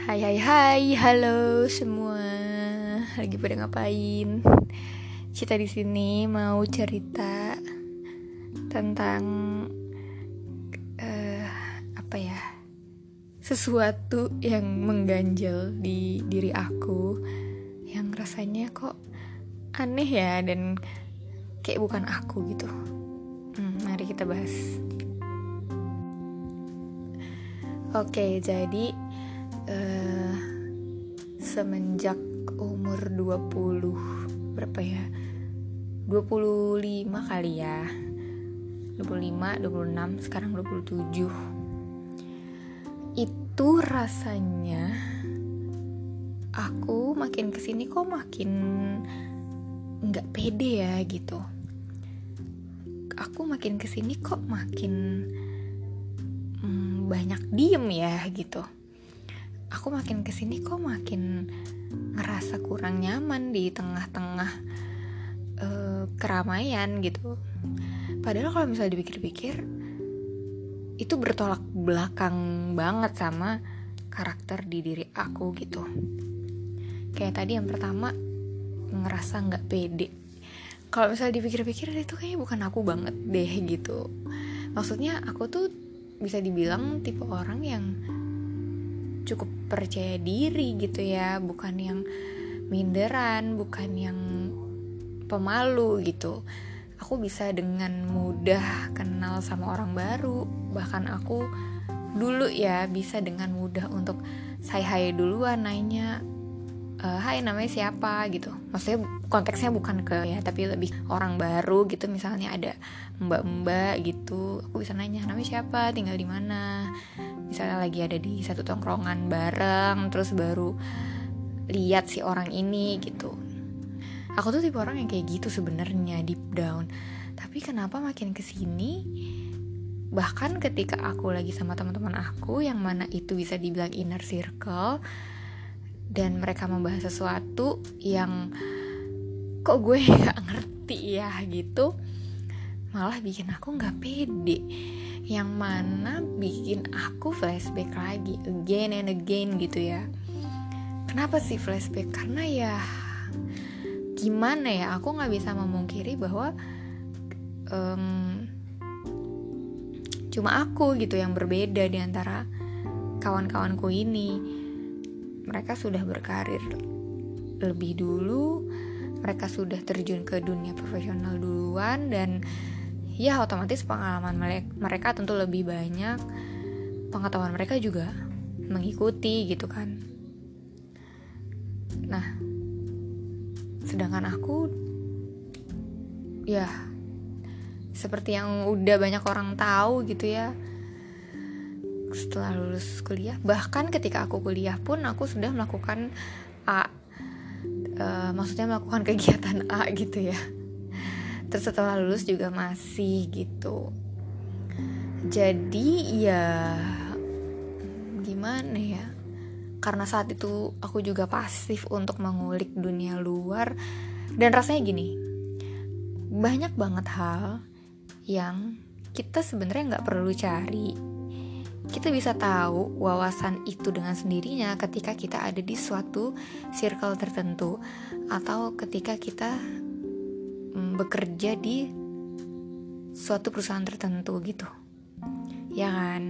Hai hai hai, halo semua. Lagi pada ngapain? Kita di sini mau cerita tentang apa ya? Sesuatu yang mengganjal di diri aku, yang rasanya kok aneh ya dan kayak bukan aku gitu. Mari kita bahas. Oke, jadi semenjak umur 20 berapa ya? 25 kali ya. 25, 26, sekarang 27. Itu rasanya aku makin kesini kok makin gak pede ya gitu. Aku makin kesini kok makin banyak diem ya gitu. Aku makin kesini kok makin ngerasa kurang nyaman di tengah-tengah keramaian gitu. Padahal kalau misalnya dipikir-pikir itu bertolak belakang banget sama karakter di diri aku gitu. Kayak tadi yang pertama, ngerasa gak pede. Kalau misalnya dipikir-pikir itu kayaknya bukan aku banget deh gitu. Maksudnya aku tuh bisa dibilang tipe orang yang cukup percaya diri gitu ya, bukan yang minderan, bukan yang pemalu gitu. Aku bisa dengan mudah kenal sama orang baru. Bahkan aku dulu ya bisa dengan mudah untuk say hi duluan, nanya hai namanya siapa gitu. Maksudnya konteksnya bukan ke ya, tapi lebih orang baru gitu. Misalnya ada mbak-mbak gitu, aku bisa nanya namanya siapa, tinggal di mana. Misalnya lagi ada di satu tongkrongan bareng, terus baru lihat si orang ini gitu. Aku tuh tipe orang yang kayak gitu sebenarnya deep down. Tapi kenapa makin kesini, bahkan ketika aku lagi sama teman-teman aku yang mana itu bisa dibilang inner circle, dan mereka membahas sesuatu yang kok gue gak ngerti ya gitu, malah bikin aku gak pede. Yang mana bikin aku flashback lagi again and again gitu ya. Kenapa sih flashback? Karena ya gimana ya, aku gak bisa memungkiri bahwa cuma aku gitu yang berbeda di antara kawan-kawanku ini. Mereka sudah berkarir lebih dulu, mereka sudah terjun ke dunia profesional duluan, dan ya otomatis pengalaman mereka tentu lebih banyak, pengetahuan mereka juga mengikuti gitu kan. Nah, sedangkan aku ya seperti yang udah banyak orang tahu gitu ya, setelah lulus kuliah, bahkan ketika aku kuliah pun aku sudah melakukan maksudnya melakukan kegiatan A gitu ya. Terus setelah lulus juga masih gitu. Jadi ya gimana ya, karena saat itu aku juga pasif untuk mengulik dunia luar. Dan rasanya gini, banyak banget hal yang kita sebenarnya gak perlu cari. Kita bisa tahu wawasan itu dengan sendirinya ketika kita ada di suatu circle tertentu, atau ketika kita bekerja di suatu perusahaan tertentu gitu, ya kan?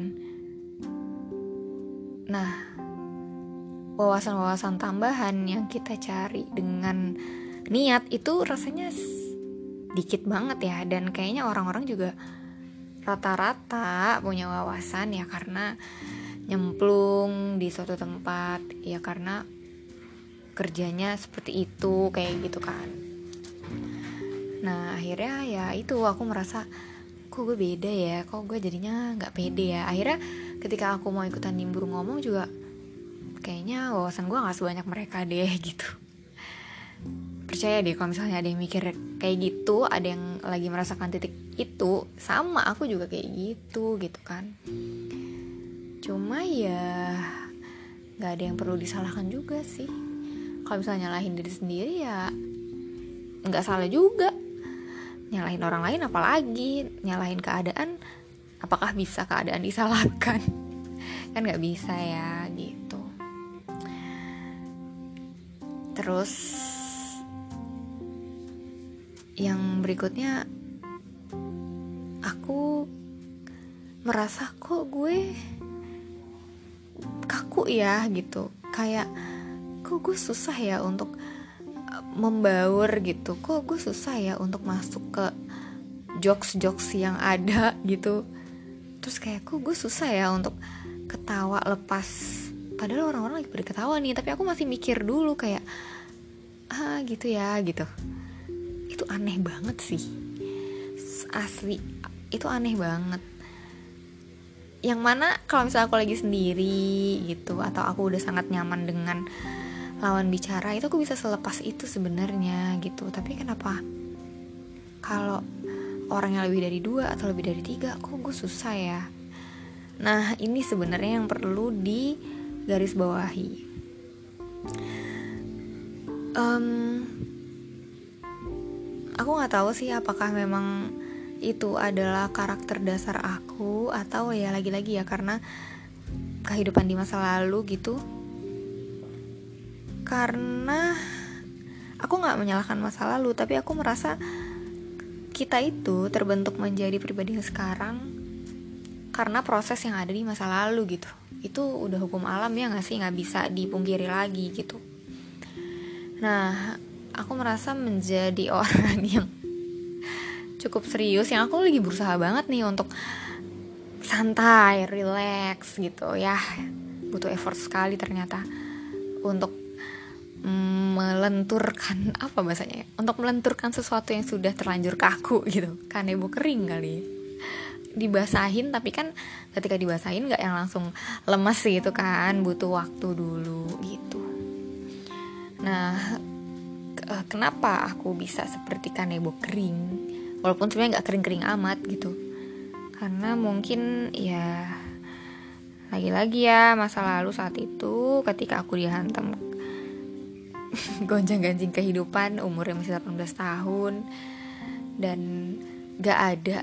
Nah, wawasan-wawasan tambahan yang kita cari dengan niat itu rasanya dikit banget ya. Dan kayaknya orang-orang juga rata-rata punya wawasan ya karena nyemplung di suatu tempat, ya karena kerjanya seperti itu, kayak gitu kan. Nah akhirnya ya itu, aku merasa kok gue beda ya, kok gue jadinya gak pede ya. Akhirnya ketika aku mau ikutan Nimbur ngomong juga kayaknya wawasan gue gak sebanyak mereka deh gitu. Percaya deh kalau misalnya ada yang mikir kayak gitu, ada yang lagi merasakan titik itu, sama aku juga kayak gitu kan. Cuma ya gak ada yang perlu disalahkan juga sih. Kalau misalnya nyalahin diri sendiri ya gak salah juga. Nyalahin orang lain apalagi, nyalahin keadaan, apakah bisa keadaan disalahkan? Kan gak bisa ya gitu. Terus yang berikutnya, aku merasa kok gue kaku ya gitu, kayak kok gue susah ya untuk membaur gitu, kok gue susah ya untuk masuk ke jokes yang ada gitu. Terus kayak kok gue susah ya untuk ketawa lepas, padahal orang-orang lagi pada ketawa nih, tapi aku masih mikir dulu kayak gitu ya gitu. Itu aneh banget sih, asli itu aneh banget. Yang mana kalau misalnya aku lagi sendiri gitu, atau aku udah sangat nyaman dengan lawan bicara, itu aku bisa selepas itu sebenarnya gitu. Tapi kenapa kalau orang yang lebih dari 2 atau lebih dari 3, kok gue susah ya? Nah, ini sebenarnya yang perlu digarisbawahi. Aku nggak tahu sih apakah memang itu adalah karakter dasar aku, atau ya lagi-lagi ya karena kehidupan di masa lalu gitu. Karena aku nggak menyalahkan masa lalu, tapi aku merasa kita itu terbentuk menjadi pribadi yang sekarang karena proses yang ada di masa lalu gitu. Itu udah hukum alam ya nggak sih, nggak bisa dipungkiri lagi gitu. Nah, aku merasa menjadi orang yang cukup serius, yang aku lagi berusaha banget nih untuk santai, relax gitu ya. Butuh effort sekali ternyata untuk melenturkan, apa bahasanya ya? Untuk melenturkan sesuatu yang sudah terlanjur kaku gitu. Kanebo kering kali. Dibasahin, tapi kan ketika dibasahin gak yang langsung lemes gitu kan, butuh waktu dulu gitu. Nah, kenapa aku bisa seperti kanebo kering? Walaupun sebenarnya gak kering-kering amat gitu. Karena mungkin ya lagi-lagi ya masa lalu saat itu ketika aku dihantam gonjang-ganjing kehidupan, umurnya masih 18 tahun dan gak ada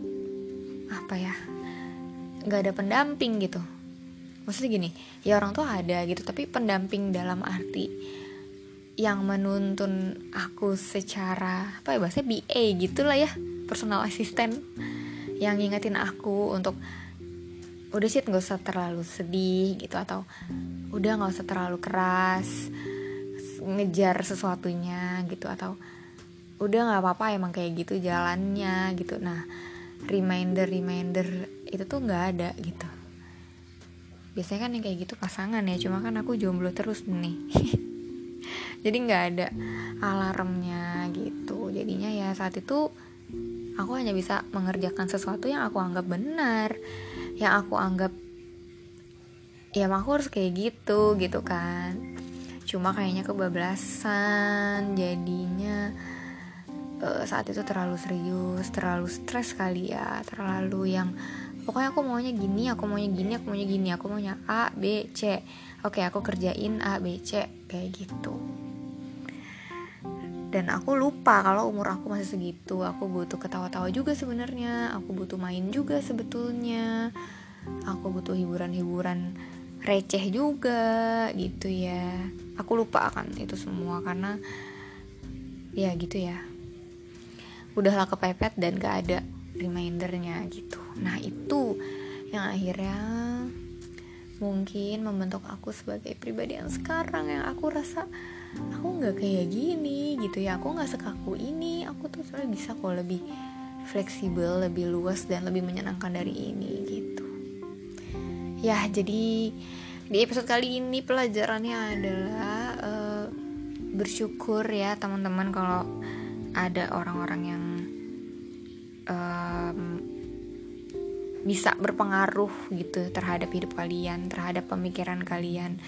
gak ada pendamping gitu. Maksudnya gini, ya orang tua ada gitu, tapi pendamping dalam arti yang menuntun aku secara bahasanya BA gitu lah ya, personal assistant, yang ngingetin aku untuk udah sih gak usah terlalu sedih gitu, atau udah gak usah terlalu keras ngejar sesuatunya gitu, atau udah gak apa-apa emang kayak gitu jalannya gitu. Nah, reminder itu tuh gak ada gitu. Biasanya kan yang kayak gitu pasangan ya, cuma kan aku jomblo terus nih jadi gak ada alarmnya gitu. Jadinya ya saat itu aku hanya bisa mengerjakan sesuatu yang aku anggap benar, yang aku anggap ya aku harus kayak gitu kan. Cuma kayaknya kebablasan, jadinya saat itu terlalu serius, terlalu stres kali ya, terlalu yang pokoknya aku maunya gini, aku maunya A, B, C. Oke, aku kerjain A, B, C kayak gitu. Dan aku lupa kalau umur aku masih segitu. Aku butuh ketawa-tawa juga sebenarnya, aku butuh main juga sebetulnya, aku butuh hiburan-hiburan receh juga gitu ya. Aku lupa akan itu semua karena ya gitu ya, udahlah kepepet dan gak ada remindernya gitu. Nah, itu yang akhirnya mungkin membentuk aku sebagai pribadi yang sekarang, yang aku rasa aku gak kayak gini gitu ya, aku gak sekaku ini, aku tuh sebenarnya bisa kok lebih fleksibel, lebih luas, dan lebih menyenangkan dari ini gitu ya. Jadi di episode kali ini pelajarannya adalah bersyukur ya teman-teman kalau ada orang-orang yang bisa berpengaruh gitu terhadap hidup kalian, terhadap pemikiran kalian,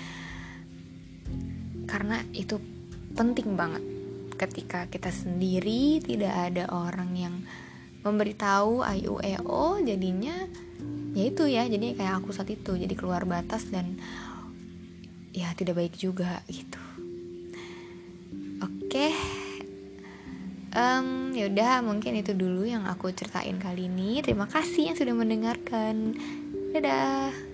karena itu penting banget. Ketika kita sendiri tidak ada orang yang memberitahu IUEO, jadinya ya itu ya, jadi kayak aku saat itu jadi keluar batas dan ya tidak baik juga gitu. Oke. Yaudah, mungkin itu dulu yang aku ceritain kali ini. Terima kasih yang sudah mendengarkan. Dadah.